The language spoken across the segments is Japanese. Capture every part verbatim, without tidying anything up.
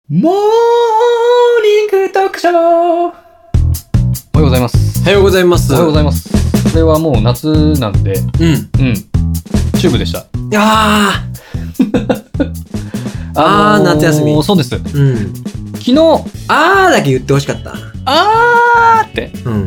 モーニング読書。おはようございます。 おはようございます。 おはようございます。これはもう夏なんで、うん。うん。チューブでした。 いやー。あー、夏休み。 そうです。うん。昨日、 あーだけ言ってほしかった。 あーって。うん。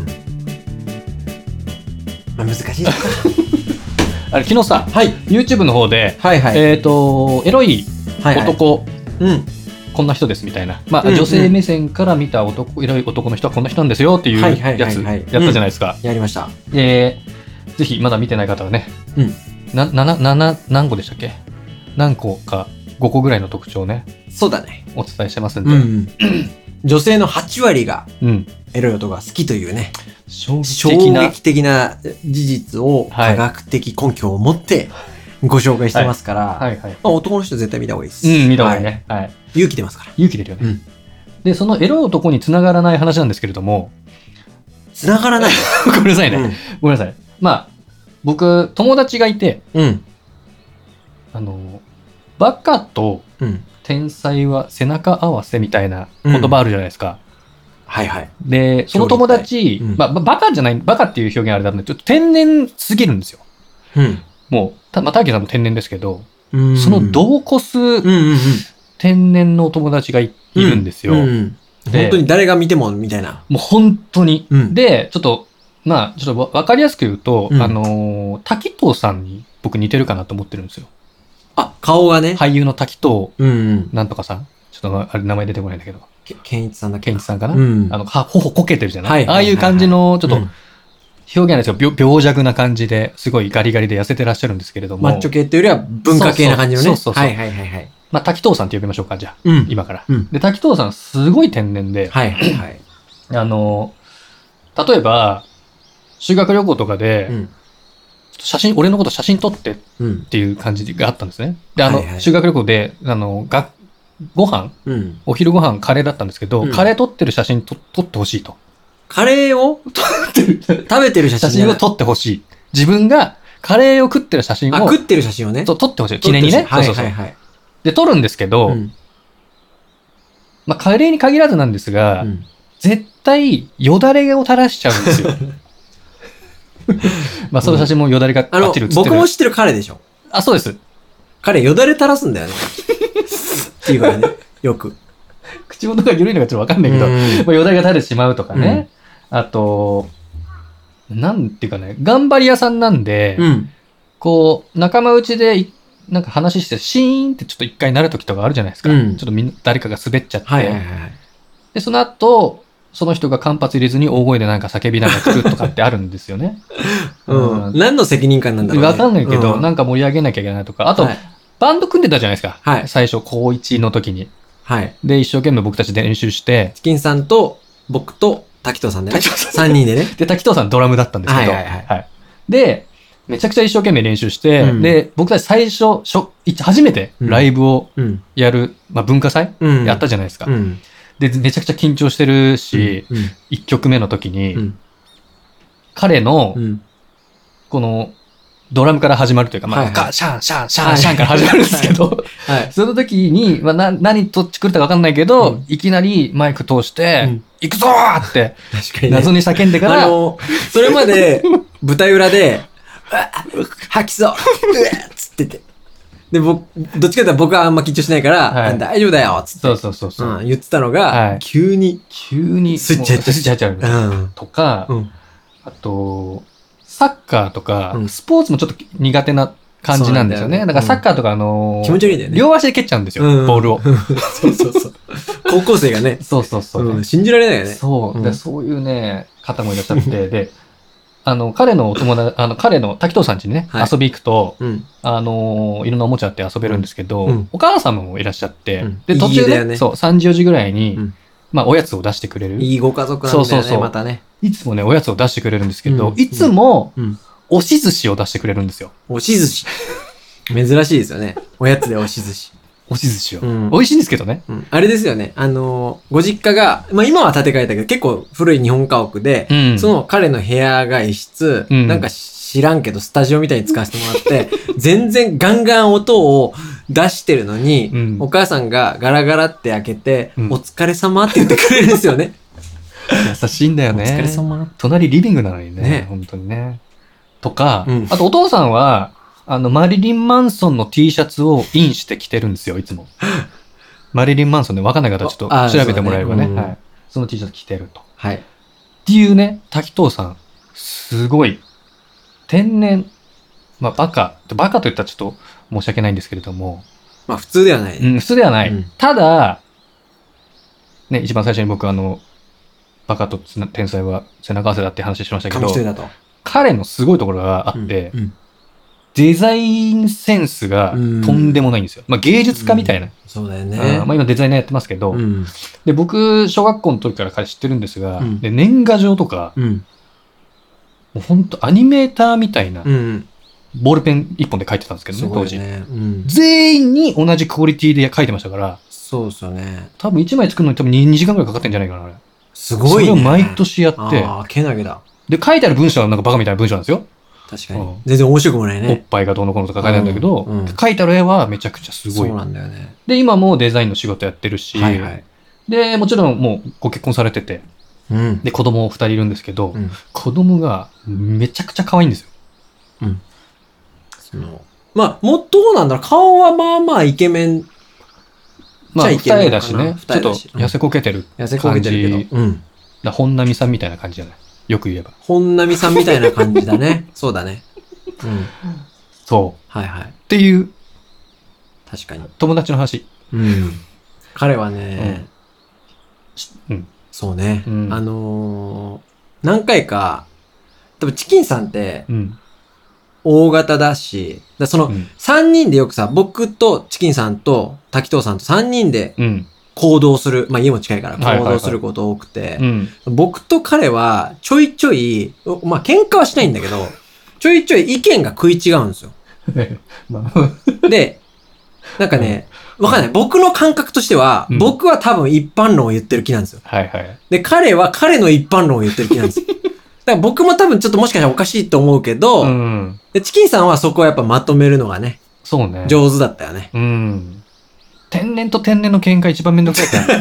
まあ、難しいか。 あれ、昨日さ、はい、YouTube の方で、はいはい、えっと、エロい男、はいはい、うん。こんな人ですみたいな、まあうんうん、女性目線から見た男、エロい男の人はこんな人なんですよっていうやつやったじゃないですか。 やりました。 えー、ぜひまだ見てない方はね、うん、ななな何個でしたっけ？何個かごこぐらいの特徴をね、 そうだね、 お伝えしてますんで、 うんうん、女性のはちわりがエロい男が好きというね、うん、衝撃的な事実を科学的根拠を持って、はい、ご紹介してますから、はいはいはい、まあ、男の人絶対見た方がいいです。 うん、見た方がいいね。はいはい、 勇気出ますから。 勇気出るよね。うん、で、そのエロい男に繋がらない話なんですけれども。 繋がらないごめんなさいね、うん。ごめんなさい。まあ、僕、友達がいて、うん、あの、バカと天才は背中合わせみたいな言葉あるじゃないですか。うん、 はいはい。 で、その友達、うん、まあ、バカじゃない、バカっていう表現あれだとちょっと天然すぎるんですよ。うん、もう、たまあ、大輝さんも天然ですけど、その度を超す、うんうんうん、天然のお友達が い, いるんですよ、うんうん、 本当に誰が見てもみたいな。 もう本当に、うん、でちょっとまあちょっと分かりやすく言うと、うん、あの滝藤さんに僕似てるかなと思ってるんですよ。 あ、顔がね。 俳優の滝藤なんとかさん、うんうん、ちょっとあれ名前出てこないんだけど、 健一さんだっけ。 健一さんかな、うん、あの頬こけてるじゃない、はいはいはいはい、ああいう感じのちょっと、うん表現なんですよ。病弱な感じですごいガリガリで痩せてらっしゃるんですけれども。 マッチョ系っていうよりは文化系な感じのね。 そうそうそう。 はいはいはいはい。 まあ、滝藤さんって呼びましょうか、じゃあ。うん、今から、うん。で、滝藤さんすごい天然で。はいはいはい。あの、例えば、修学旅行とかで、うん、写真、俺のこと写真撮ってっていう感じがあったんですね。で、あの、はいはい、修学旅行で、あの、がご飯、うん、お昼ご飯カレーだったんですけど、うん、カレー撮ってる写真と撮ってほしいと。 カレーを食べてる写真写真を撮ってほしい。自分がカレーを食ってる写真を。 あ、食ってる写真をね。 そう、撮ってほしい。記念にね。 はいはいはいはい。 で、撮るんですけど、うん、まあ、カレーに限らずなんですが、うん、絶対、よだれを垂らしちゃうんですよ。まあ、その写真もよだれがバッチリ写ってる、 うん。僕も知ってるカレーでしょ。 あ、そうです。 カレーよだれ垂らすんだよね。っていうからね。よく。 口元が緩いのかちょっとわかんないけど、まあ、よだれが垂れてしまうとかね。うん、あと、なんていうかね、頑張り屋さんなんで、うん、こう、仲間内で、なんか話して、シーンってちょっと一回なる時とかあるじゃないですか。うん、ちょっとみんな、誰かが滑っちゃって、はいはいはい。で、その後、その人が間髪入れずに大声でなんか叫びながら作るとかってあるんですよね。 うん。うん、何の責任感なんだろうね。 わかんないけど、うん、なんか盛り上げなきゃいけないとか、あと、はい、バンド組んでたじゃないですか。はい、最初、高いちの時に。はい。で、一生懸命僕たちで練習して。 チキンさんと、僕と、滝藤さんでね。さんにんでね。 で、滝藤さんドラムだったんですけど。はいはいはい。はい、で、めちゃくちゃ一生懸命練習して、うん、で、僕たち最初、初初めてライブをやる、うん、まあ文化祭、うん、やったじゃないですか、うん。で、めちゃくちゃ緊張してるし、うん、いっきょくめの時に、うん、彼の、この、ドラムから始まるというか、まあ、はいはい、シャン、シャン、シャン、シャンから始まるんですけど、はい、その時に、まあ、な何と作るか分かんないけど、うん、いきなりマイク通して、うん、行くぞーって、謎に叫んでから、 あの、それまで舞台裏で、吐きそう、うわっつってて。で、僕、どっちかというと僕はあんま緊張しないから、はい、大丈夫だよっつって。 そうそうそうそう、 うん、言ってたのが、はい、急に、 急に、 スイッチ入っちゃう。 スイッチ入っちゃう、うん。とか、うん、あと、サッカーとか、うん、スポーツもちょっと苦手な感じなんですよね。だ, よねだからサッカーとかあのー、 気持ち悪いんだよね。 両足で蹴っちゃうんですよ、うん、ボールを。 そうそうそう。高校生がね。 そうそうそう、 うん。信じられないよね。 そう。うん、でそういうね、方もいらっしゃって、で、あの、彼のお友達、あの、彼の滝藤さん家にね、はい、遊び行くと、うん、あのー、いろんなおもちゃって遊べるんですけど、うん、お母様もいらっしゃって、うん、で、途中で、ね、そう、さんじよじぐらいに、うん、まあ、おやつを出してくれる。 いいご家族なんだよね、そうそうそうまたね。 いつもね、おやつを出してくれるんですけど、うん、いつも、うん押し寿司を出してくれるんですよ。 押し寿司珍しいですよね。おやつで押し寿司。 押し寿司を、うん。美味しいんですけどね。 うん、あれですよね。あのー、ご実家が、まあ今は建て替えたけど、結構古い日本家屋で、うん、その彼の部屋が一室、うん、なんか知らんけどスタジオみたいに使わせてもらって、全然ガンガン音を出してるのに、うん、お母さんがガラガラって開けて、うん、お疲れ様って言ってくれるんですよね。 優しいんだよね。 お疲れ様。 隣リビングなのにね。ね本当にね。とか、うん、あとお父さんは、あの、マリリン・マンソンの T シャツをインして着てるんですよ、いつも。マリリン・マンソンで分かんない方はちょっと調べてもらえればね。ね、うん、はい。その T シャツ着てると。 はい。 っていうね、滝藤さん、すごい、天然、まあ、バカ、バカと言ったらちょっと申し訳ないんですけれども。 まあ、普通ではない。 うん、普通ではない。うん、ただ、ね、一番最初に僕、あの、バカと天才は背中合わせだって話しましたけど、 紙一重だと彼のすごいところがあって、うんうん、デザインセンスがとんでもないんですよ。まあ、芸術家みたいな。うん、 そうだよね。 まあ、今デザイナーやってますけど、うん、で僕、小学校の時から彼知ってるんですが、うん、で年賀状とか、うん、もう本当アニメーターみたいな、うんボールペン一本で書いてたんですけどね、当時、ねうん。全員に同じクオリティで書いてましたから。 そうですよね。 多分いちまい作るのに多分 2, にじかんぐらいかかってんじゃないかな、あれ。 すごいね。 それを毎年やって。 ああ、けなげだ。 で、書いてある文章はなんかバカみたいな文章なんですよ。 確かに。うん、全然面白くもないね。 おっぱいがどうのこうのとか書いてあるんだけど、うんうん、書いてある絵はめちゃくちゃすごい。 そうなんだよね。 で、今もデザインの仕事やってるし、はいはい、で、もちろんもうご結婚されてて、うん、で、子供ふたりいるんですけど、うん、子供がめちゃくちゃ可愛いんですよ。うん。 そのまあ、もっとどうなんだろう。顔はまあまあイケメン。 まあ、二重だしね。ちょっと痩せこけてる感じ。痩せこけてるけど。うん。だ本並さんみたいな感じじゃない。よく言えば。 本並さんみたいな感じだね。そうだね。うん。 そう。 はいはい。 っていう。 確かに。 友達の話。 うん。彼はね、 うん。うん、 そうね。うん、あのー、何回か、多分チキンさんって、うん、大型だし、だそのさんにんでよくさ、僕とチキンさんと滝藤さんとさんにんで行動する、まあ家も近いから行動すること多くて、僕と彼はちょいちょい、まあ喧嘩はしないんだけど、ちょいちょい意見が食い違うんですよ。で、なんかね、わかんない。僕の感覚としては、うん、僕は多分一般論を言ってる気なんですよ。 はいはい。 で、彼は彼の一般論を言ってる気なんですよ。だから僕も多分ちょっともしかしたらおかしいと思うけど、うん、でチキンさんはそこをやっぱまとめるのがね、 そうね。 上手だったよね。 うん。天然と天然の喧嘩一番めんどくさいから。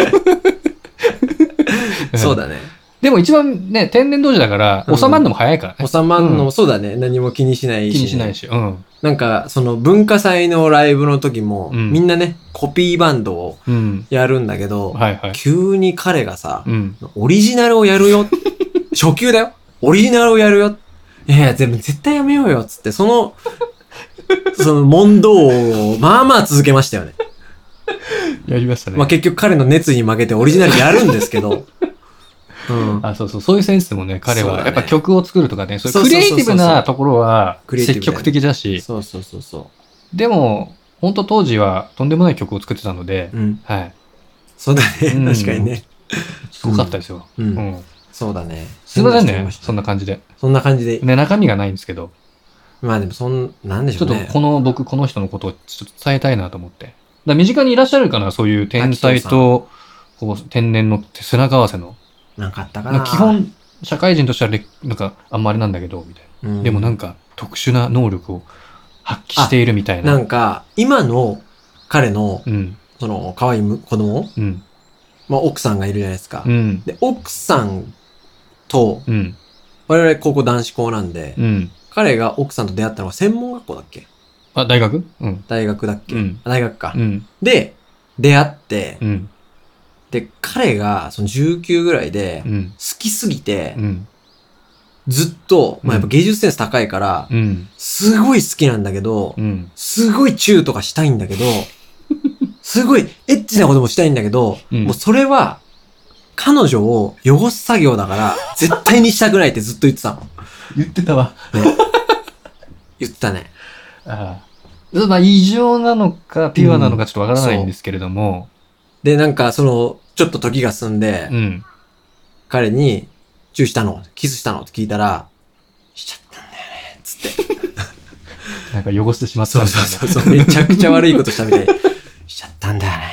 そうだね。 でも一番ね、天然同士だから、収まるのも早いからね。 収まるのもそうだね。何も気にしないし、ね。 気にしないし。うん。 なんか、その文化祭のライブの時も、うん、みんなね、コピーバンドをやるんだけど、うんはいはい、急に彼がさ、うん、オリジナルをやるよ。初級だよ。オリジナルをやるよ。いやいや、全部絶対やめようよ。つって、その、その問答を、まあまあ続けましたよね。 やりましたね。 まあ結局彼の熱意に負けてオリジナルやるんですけど、 うん、あそうそうそういうセンスもね彼はやっぱ曲を作るとかねそういうクリエイティブなところは積極的だしそうそうそうそうでも本当当時はとんでもない曲を作ってたので、うん、はいそうだね、うん、確かにねすごかったですよ、 うんうん、そうだねすいませんねそんな感じでそんな感じでね中身がないんですけどまあでもそんなんでしょうねちょっとこの僕この人のことをちょっと伝えたいなと思ってだ身近にいらっしゃるかなそういう天才とこう天然の背中合わせのなんかあったかな。 基本、社会人としては、なんか、あんまりなんだけど、みたいな、うん。でもなんか、特殊な能力を発揮しているみたいな。 なんか、今の彼の、うん、その、可愛い子供、うん、まあ、奥さんがいるじゃないですか。うん、で、奥さんと、うん、我々高校男子校なんで、うん、彼が奥さんと出会ったのは専門学校だっけあ、大学うん。 大学だっけ、うん、大学か、うん。で、出会って、うんで、彼がそのじゅうきゅうぐらいで、好きすぎて、うん、ずっと、まあ、やっぱ芸術センス高いから、うん、すごい好きなんだけど、うん、すごいチューとかしたいんだけど、すごいエッチなこともしたいんだけど、うん、もうそれは、彼女を汚す作業だから、絶対にしたくないってずっと言ってたの。 言ってたわ。ね、 言ってたね。 ああ。まあ、異常なのか、ピュアなのかちょっとわからないんですけれども、 で、なんか、その、ちょっと時が進んで、うん、彼に、チューしたのキスしたのって聞いたら、しちゃったんだよね、つって。 なんか汚してしまったみたいな。 そうそうそう、めちゃくちゃ悪いことしたみたい。しちゃったんだよね。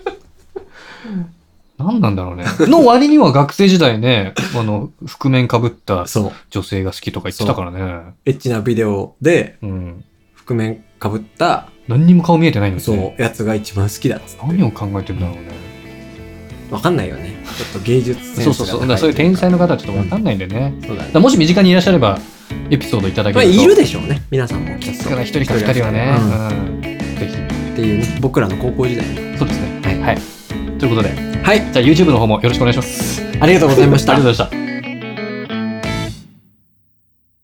何なんだろうね。の割には学生時代ね、あの、覆面被った女性が好きとか言ってたからね。 エッチなビデオで、うん、覆面被った何にも顔見えてないのに、ね、 そうやつが一番好きだっつって。 何を考えてるんだろうね。 わかんないよね。ちょっと芸術センスが高い。 そうそうそう。だそういう天才の方はちょっとわかんないんでね。 うん、そうだね。 だもし身近にいらっしゃればエピソードいただけると。 まあ、いるでしょうね。皆さんも。 さすが一人か二人はね。うん。ぜひ。 っていうね、僕らの高校時代。 そうですね。はい。はい。ということで。 はい。 じゃあ YouTube の方もよろしくお願いします。 ありがとうございました。 ありがとうございました。